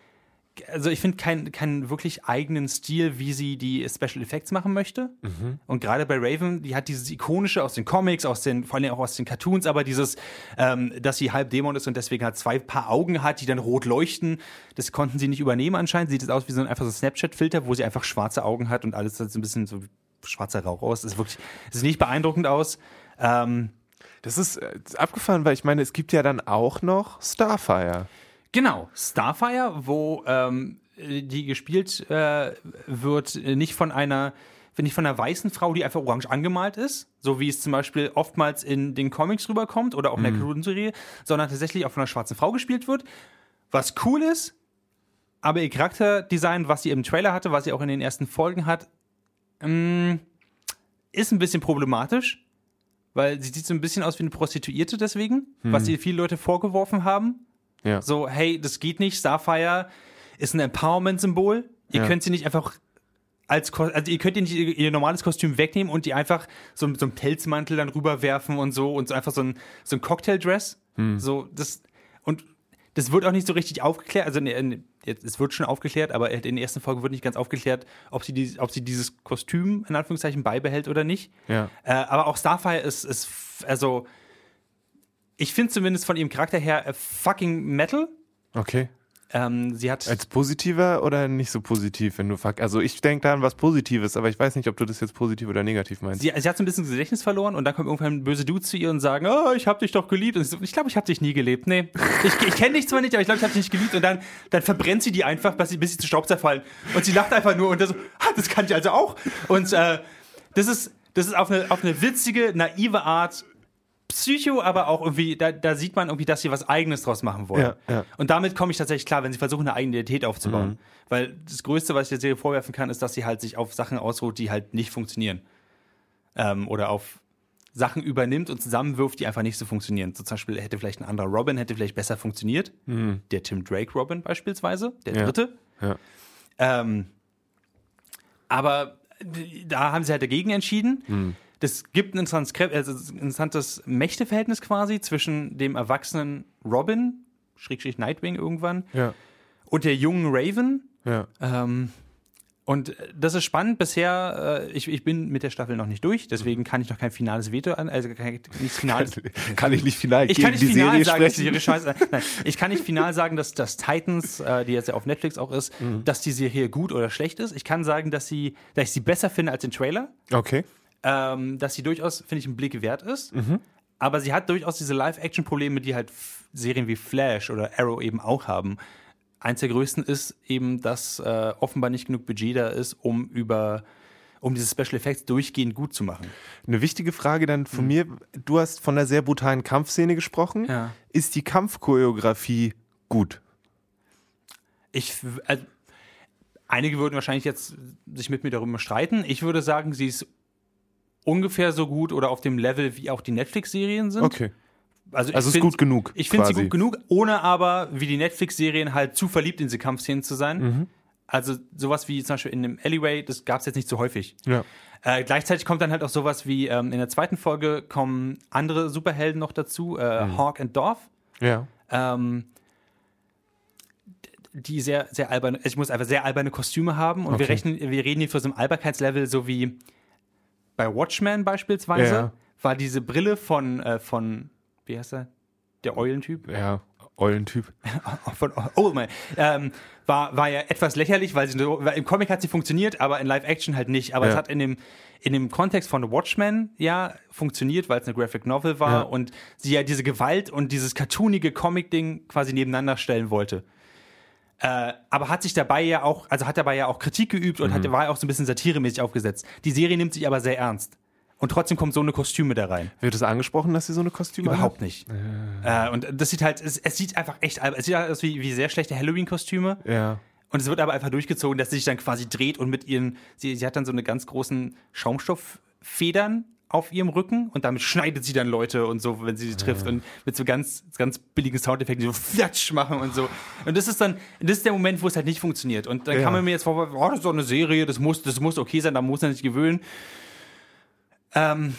also ich finde keinen keinen wirklich eigenen Stil, wie sie die Special Effects machen möchte. Mhm. Und gerade bei Raven, die hat dieses ikonische aus den Comics, aus den, vor allem auch aus den Cartoons, aber dieses, ähm, dass sie halb Dämon ist und deswegen halt zwei Paar Augen hat, die dann rot leuchten. Das konnten sie nicht übernehmen anscheinend. Sieht es aus wie so ein einfach so ein Snapchat-Filter, wo sie einfach schwarze Augen hat und alles sieht so ein bisschen so schwarzer Rauch aus. Das ist wirklich, das sieht nicht beeindruckend aus. Ähm, das ist, äh, ist abgefahren, weil ich meine, es gibt ja dann auch noch Starfire. Genau, Starfire, wo ähm, die gespielt äh, wird, nicht von einer, nicht von einer weißen Frau, die einfach orange angemalt ist, so wie es zum Beispiel oftmals in den Comics rüberkommt oder auch in der Mhm. Cartoon-Serie, sondern tatsächlich auch von einer schwarzen Frau gespielt wird. Was cool ist, aber ihr Charakterdesign, was sie im Trailer hatte, was sie auch in den ersten Folgen hat, mh, ist ein bisschen problematisch, weil sie sieht so ein bisschen aus wie eine Prostituierte deswegen, Mhm. was ihr viele Leute vorgeworfen haben. Ja. So, hey, das geht nicht. Starfire ist ein Empowerment-Symbol. Ihr Ja. könnt sie nicht einfach als, Ko- also ihr könnt ihr nicht ihr, ihr normales Kostüm wegnehmen und die einfach so mit so einem Pelzmantel dann rüberwerfen und so und so einfach so ein, so ein Cocktail-Dress. Hm. So, das, und das wird auch nicht so richtig aufgeklärt. Also, ne, jetzt, es wird schon aufgeklärt, aber in den ersten Folgen wird nicht ganz aufgeklärt, ob sie, die, ob sie dieses Kostüm in Anführungszeichen beibehält oder nicht. Ja. Äh, aber auch Starfire ist, ist also, ich finde zumindest von ihrem Charakter her äh, fucking Metal. Okay. Ähm, sie hat Als positiver oder nicht so positiv, wenn du fuck. Also ich denke da an was Positives, aber ich weiß nicht, ob du das jetzt positiv oder negativ meinst. sie, sie hat so ein bisschen das Gedächtnis verloren und dann kommt irgendwann böse Dudes zu ihr und sagen, oh, ich hab dich doch geliebt. Und ich, so, ich glaube, ich hab dich nie geliebt. Nee, ich, ich kenne dich zwar nicht, aber ich glaube, ich hab dich nicht geliebt. Und dann, dann verbrennt sie die einfach, bis sie, bis sie zu Staub zerfallen. Und sie lacht einfach nur und dann so, ah, das kann ich also auch. Und äh, das ist, das ist auf eine, auf eine witzige, naive Art Psycho, aber auch irgendwie, da, da sieht man irgendwie, dass sie was Eigenes draus machen wollen. Ja, ja. Und damit komme ich tatsächlich klar, wenn sie versuchen, eine eigene Identität aufzubauen. Mhm. Weil das Größte, was ich der Serie vorwerfen kann, ist, dass sie halt sich auf Sachen ausruht, die halt nicht funktionieren. Ähm, oder auf Sachen übernimmt und zusammenwirft, die einfach nicht so funktionieren. So zum Beispiel hätte vielleicht ein anderer Robin, hätte vielleicht besser funktioniert. Mhm. Der Tim Drake Robin beispielsweise, der Ja. dritte. Ja. Ähm, aber da haben sie halt dagegen entschieden. Mhm. Das gibt ein interessantes, also ein interessantes Mächteverhältnis quasi zwischen dem erwachsenen Robin, Schrägstrich Nightwing irgendwann, Ja. und der jungen Raven. Ja. Ähm, Und das ist spannend. Bisher, äh, ich, ich bin mit der Staffel noch nicht durch, deswegen kann ich noch kein finales Veto an, also kann ich nichts Finales. Kann ich nicht final Ich gegen kann nicht die final Serie sagen, dass sprechen? die Serie scheiße. Nein, ich kann nicht final sagen, dass, dass Titans, äh, die jetzt ja auf Netflix auch ist, mhm. dass die Serie gut oder schlecht ist. Ich kann sagen, dass sie, dass ich sie besser finde als den Trailer. Okay. Ähm, dass sie durchaus, finde ich, einen Blick wert ist. Mhm. Aber sie hat durchaus diese Live-Action-Probleme, die halt F- Serien wie Flash oder Arrow eben auch haben. Eins der größten ist eben, dass äh, offenbar nicht genug Budget da ist, um über um diese Special Effects durchgehend gut zu machen. Eine wichtige Frage dann von mhm. mir. Du hast von einer sehr brutalen Kampfszene gesprochen. Ja. Ist die Kampfchoreografie gut? Ich, also, einige würden wahrscheinlich jetzt sich mit mir darüber streiten. Ich würde sagen, sie ist ungefähr so gut oder auf dem Level, wie auch die Netflix-Serien sind. Okay. Also, also es ist gut genug. Ich finde sie gut genug, ohne aber, wie die Netflix-Serien, halt zu verliebt in diese Kampfszenen zu sein. Mhm. Also sowas wie zum Beispiel in dem Alleyway, das gab es jetzt nicht so häufig. Ja. Äh, gleichzeitig kommt dann halt auch sowas wie, ähm, in der zweiten Folge kommen andere Superhelden noch dazu, äh, mhm. Hawk und Dorf. Ja. Ähm, die sehr, sehr alberne, ich muss einfach sehr alberne Kostüme haben und Okay. wir, rechnen, wir reden hier von so einem Alberkeitslevel, so wie bei Watchmen beispielsweise, Ja. war diese Brille von, äh, von wie heißt er? Der Eulentyp? Ja, Eulentyp. Von Oldman. Ähm, war, war ja etwas lächerlich, weil, sie, weil im Comic hat sie funktioniert, aber in Live-Action halt nicht. Aber ja. es hat in dem, in dem Kontext von The Watchmen ja funktioniert, weil es eine Graphic Novel war ja. und sie ja diese Gewalt und dieses cartoonige Comic-Ding quasi nebeneinander stellen wollte. Äh, aber hat sich dabei ja auch, also hat dabei ja auch Kritik geübt und mhm. hat, war ja auch so ein bisschen satiremäßig aufgesetzt. Die Serie nimmt sich aber sehr ernst. Und trotzdem kommt so eine Kostüme da rein. Wird es angesprochen, dass sie so eine Kostüme Überhaupt hat? nicht. Ja. Äh, und das sieht halt, es, es sieht einfach echt, es sieht halt aus wie, wie sehr schlechte Halloween-Kostüme. Ja. Und es wird aber einfach durchgezogen, dass sie sich dann quasi dreht und mit ihren, sie, sie hat dann so eine ganz großen Schaumstofffedern auf ihrem Rücken und damit schneidet sie dann Leute und so, wenn sie sie trifft ja. und mit so ganz, ganz billigen Soundeffekten, die so flatsch machen und so. Und das ist dann, das ist der Moment, wo es halt nicht funktioniert. Und dann ja. kann man mir jetzt vorwerfen, oh, das ist doch eine Serie, das muss, das muss okay sein, da muss man sich gewöhnen. Ähm,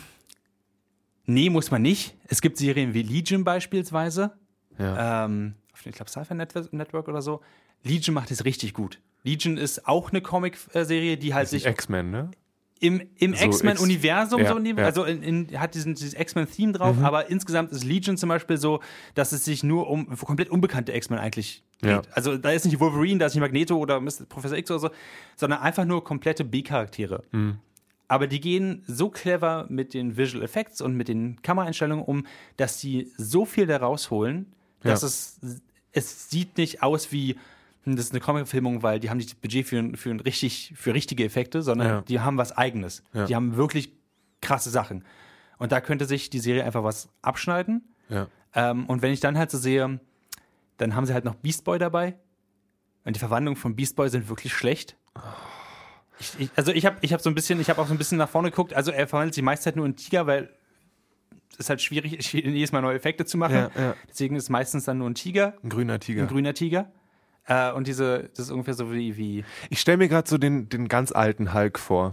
nee, muss man nicht. Es gibt Serien wie Legion beispielsweise. Ja. Ähm, auf dem, ich glaube, Sci-Fi Network oder so. Legion macht es richtig gut. Legion ist auch eine Comic-Serie, die halt sich X-Men, ne? im, im So X-Men-Universum X- so ja, nehmen, ja. also in, in, hat diesen, dieses X-Men-Theme drauf, Mhm. aber insgesamt ist Legion zum Beispiel so, dass es sich nur um komplett unbekannte X-Men eigentlich geht. Ja. Also da ist nicht Wolverine, da ist nicht Magneto oder Mister Professor X oder so, sondern einfach nur komplette B-Charaktere. Mhm. Aber die gehen so clever mit den Visual Effects und mit den Kameraeinstellungen um, dass sie so viel da rausholen, dass Ja. es, es sieht nicht aus wie, hm, das ist eine Comic-Filmung, weil die haben nicht das Budget für, für, ein richtig, für richtige Effekte, sondern Ja. die haben was Eigenes. Ja. Die haben wirklich krasse Sachen. Und da könnte sich die Serie einfach was abschneiden. Ja. Ähm, und wenn ich dann halt so sehe, dann haben sie halt noch Beast Boy dabei. Und die Verwandlungen von Beast Boy sind wirklich schlecht. Ich, ich, also ich habe ich hab so ein bisschen, ich habe auch so ein bisschen nach vorne geguckt. Also er verwandelt sich meist halt nur in Tiger, weil es ist halt schwierig, jedes Mal neue Effekte zu machen. Ja, ja. Deswegen ist es meistens dann nur ein Tiger, Ein grüner Tiger. ein grüner Tiger. Äh, und diese, das ist ungefähr so wie, wie Ich stelle mir gerade so den, den ganz alten Hulk vor.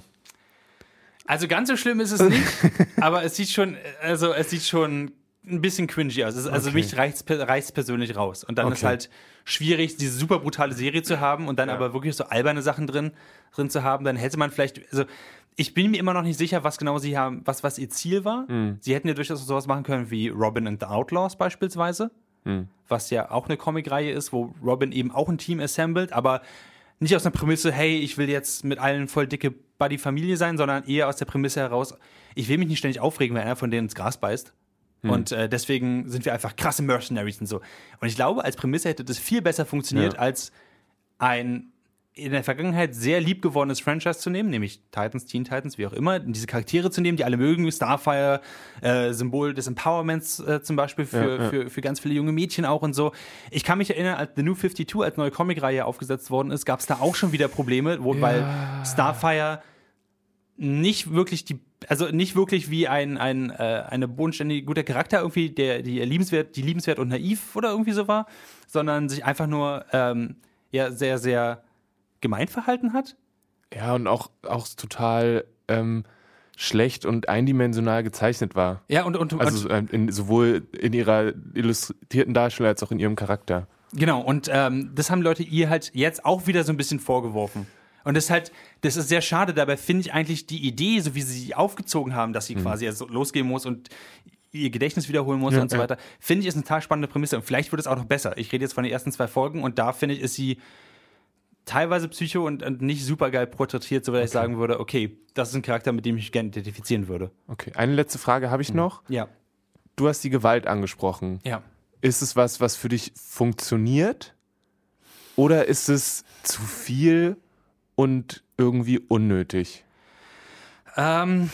also ganz so schlimm ist es nicht, aber es sieht schon, also es sieht schon ein bisschen cringy aus. Es ist, also Okay. mich reißt es persönlich raus. Und dann Okay. ist halt schwierig, diese super brutale Serie zu haben und dann Ja. aber wirklich so alberne Sachen drin, drin zu haben. Dann hätte man vielleicht, also ich bin mir immer noch nicht sicher, was genau sie haben, was, was ihr Ziel war. Mhm. Sie hätten ja durchaus sowas machen können wie Robin and the Outlaws beispielsweise, Mhm. was ja auch eine Comicreihe ist, wo Robin eben auch ein Team assembled, aber nicht aus einer Prämisse, hey, ich will jetzt mit allen voll dicke Buddy-Familie sein, sondern eher aus der Prämisse heraus, ich will mich nicht ständig aufregen, wenn einer von denen ins Gras beißt. Hm. Und äh, deswegen sind wir einfach krasse Mercenaries und so. Und ich glaube, als Prämisse hätte das viel besser funktioniert, Ja. als ein in der Vergangenheit sehr liebgewordenes Franchise zu nehmen, nämlich Titans, Teen Titans, wie auch immer, und diese Charaktere zu nehmen, die alle mögen, Starfire, äh, Symbol des Empowerments äh, zum Beispiel für, Ja, ja. Für, für ganz viele junge Mädchen auch und so. Ich kann mich erinnern, als The New fifty-two als neue Comicreihe aufgesetzt worden ist, gab es da auch schon wieder Probleme, wo, Ja. weil Starfire nicht wirklich die, also nicht wirklich wie ein, ein äh, eine bodenständige, guter Charakter irgendwie, der die liebenswert, die liebenswert und naiv oder irgendwie so war, sondern sich einfach nur ähm, ja sehr, sehr gemein verhalten hat. Ja, und auch, auch total ähm, schlecht und eindimensional gezeichnet war. Ja, und, und, Also und in, sowohl in ihrer illustrierten Darstellung als auch in ihrem Charakter. genau, und ähm, das haben Leute ihr halt jetzt auch wieder so ein bisschen vorgeworfen. Und das ist halt, das ist sehr schade. Dabei finde ich eigentlich die Idee, so wie sie sie aufgezogen haben, dass sie mhm. quasi also losgehen muss und ihr Gedächtnis wiederholen muss ja, und so weiter, ja. finde ich, ist eine total spannende Prämisse. Und vielleicht wird es auch noch besser. Ich rede jetzt von den ersten zwei Folgen und da finde ich, ist sie teilweise psycho und, und nicht super geil porträtiert, so dass okay. ich sagen würde, okay, das ist ein Charakter, mit dem ich mich gerne identifizieren würde. Okay, eine letzte Frage habe ich mhm. noch. Ja. Du hast die Gewalt angesprochen. Ja. Ist es was, was für dich funktioniert? Oder ist es zu viel und irgendwie unnötig? Ähm,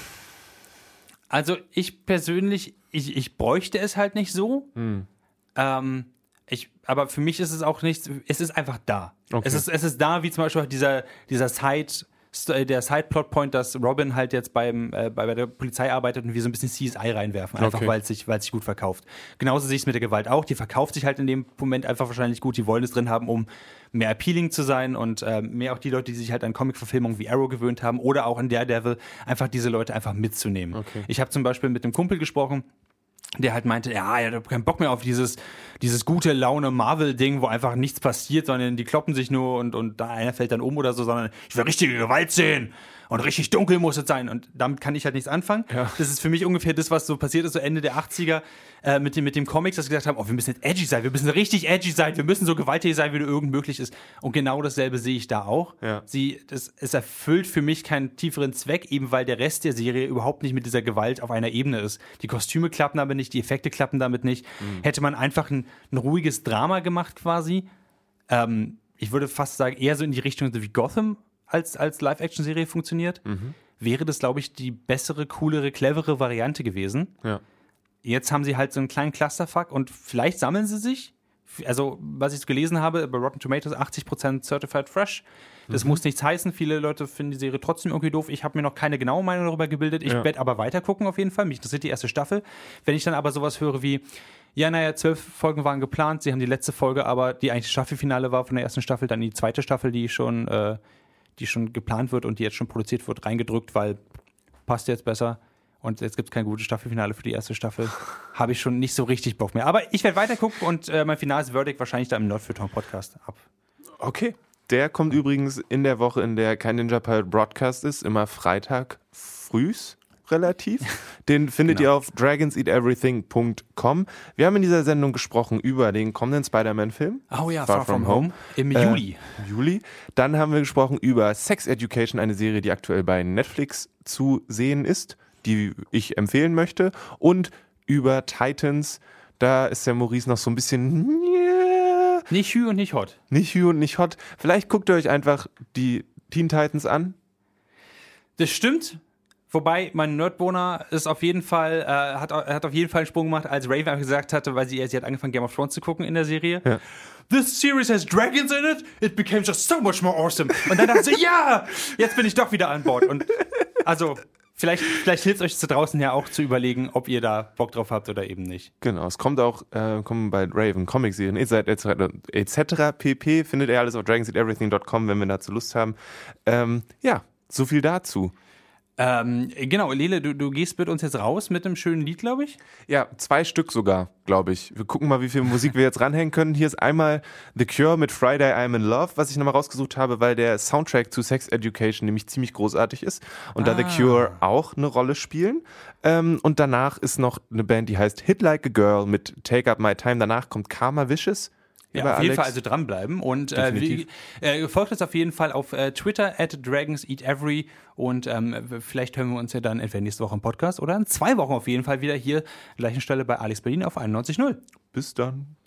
also ich persönlich, ich, ich bräuchte es halt nicht so. Hm. Ähm, ich, aber für mich ist es auch nicht, es ist einfach da. Okay. Es ist, es ist da, wie zum Beispiel dieser, dieser Side, der Side-Plot-Point, dass Robin halt jetzt beim, äh, bei, bei der Polizei arbeitet und wir so ein bisschen C S I reinwerfen, einfach okay. weil es sich, weil es sich gut verkauft. Genauso sehe ich es mit der Gewalt auch. Die verkauft sich halt in dem Moment einfach wahrscheinlich gut. Die wollen es drin haben, um mehr appealing zu sein und äh, mehr auch die Leute, die sich halt an Comic-Verfilmungen wie Arrow gewöhnt haben oder auch in Daredevil, einfach diese Leute einfach mitzunehmen. Okay. Ich habe zum Beispiel mit einem Kumpel gesprochen, der halt meinte, ja, er hat keinen Bock mehr auf dieses, dieses gute Laune Marvel-Ding, wo einfach nichts passiert, sondern die kloppen sich nur und, und da einer fällt dann um oder so, sondern ich will richtige Gewalt sehen und richtig dunkel muss es sein und damit kann ich halt nichts anfangen. Ja. Das ist für mich ungefähr das, was so passiert ist, so Ende der achtziger äh, mit dem, mit dem Comics, dass sie gesagt haben, oh, wir müssen jetzt edgy sein, wir müssen richtig edgy sein, wir müssen so gewalttätig sein, wie nur irgend möglich ist. Und genau dasselbe sehe ich da auch. Ja. Sie, das, es erfüllt für mich keinen tieferen Zweck, eben weil der Rest der Serie überhaupt nicht mit dieser Gewalt auf einer Ebene ist. Die Kostüme klappen damit nicht, die Effekte klappen damit nicht. Mhm. Hätte man einfach ein, ein ruhiges Drama gemacht quasi, ähm, ich würde fast sagen, eher so in die Richtung so wie Gotham als, als Live-Action-Serie funktioniert, mhm. wäre das, glaube ich, die bessere, coolere, clevere Variante gewesen. Ja. Jetzt haben sie halt so einen kleinen Clusterfuck und vielleicht sammeln sie sich. Also, was ich gelesen habe, bei Rotten Tomatoes achtzig Prozent Certified Fresh. Das mhm. muss nichts heißen. Viele Leute finden die Serie trotzdem irgendwie doof. Ich habe mir noch keine genaue Meinung darüber gebildet. Ich ja. werde aber weiter gucken auf jeden Fall. Mich interessiert die erste Staffel. Wenn ich dann aber sowas höre wie, ja, naja, zwölf Folgen waren geplant. Sie haben die letzte Folge, aber die eigentlich Staffelfinale war von der ersten Staffel, dann die zweite Staffel, die schon, äh, die schon geplant wird und die jetzt schon produziert wird, reingedrückt, weil passt jetzt besser. Und jetzt gibt es kein gutes Staffelfinale für die erste Staffel. Habe ich schon nicht so richtig Bock mehr. Aber ich werde weiter gucken und äh, mein finales Verdict wahrscheinlich da im Nerdfeuilleton-Podcast ab. Okay. Der kommt übrigens in der Woche, in der kein Ninja Pirate Broadcast ist, immer Freitag frühs relativ. Den findet genau. ihr auf dragons eat everything punkt com. Wir haben in dieser Sendung gesprochen über den kommenden Spider-Man-Film. Oh ja, Far, Far From, From Home. Home. Im äh, Juli. Juli. Dann haben wir gesprochen über Sex Education, eine Serie, die aktuell bei Netflix zu sehen ist, die ich empfehlen möchte. Und über Titans, da ist der Maurice noch so ein bisschen... Nicht Hü und nicht Hot. Nicht Hü und nicht Hot. Vielleicht guckt ihr euch einfach die Teen Titans an. Das stimmt. Wobei, mein Nerdboner ist auf jeden Fall, äh, hat, hat auf jeden Fall einen Sprung gemacht, als Raven gesagt hatte, weil sie, sie hat angefangen, Game of Thrones zu gucken in der Serie. Ja. This series has dragons in it, it became just so much more awesome. Und dann dachte sie, ja, jetzt bin ich doch wieder an Bord. Und also... Vielleicht, vielleicht hilft es euch da draußen ja auch zu überlegen, ob ihr da Bock drauf habt oder eben nicht. Genau, es kommt auch äh, kommen bei Raven Comic-Serien et cetera pp. Findet ihr alles auf dragons eat everything punkt com, wenn wir dazu Lust haben. Ähm, ja, so viel dazu. Ähm, genau, Lele, du, du gehst mit uns jetzt raus mit einem schönen Lied, glaube ich? Ja, zwei Stück sogar, glaube ich. Wir gucken mal, wie viel Musik wir jetzt ranhängen können. Hier ist einmal The Cure mit Friday I'm in Love, was ich nochmal rausgesucht habe, weil der Soundtrack zu Sex Education nämlich ziemlich großartig ist und ah. da The Cure auch eine Rolle spielen. Ähm, und danach ist noch eine Band, die heißt Hit Like a Girl mit Take Up My Time. Danach kommt Karma Vicious. Ja, auf jeden Alex. Fall also dranbleiben und äh, wie, äh, folgt uns auf jeden Fall auf äh, Twitter at dragons eat every und ähm, vielleicht hören wir uns ja dann entweder nächste Woche im Podcast oder in zwei Wochen auf jeden Fall wieder hier, gleichen Stelle bei Alex Berlin auf einundneunzig Komma null. Bis dann.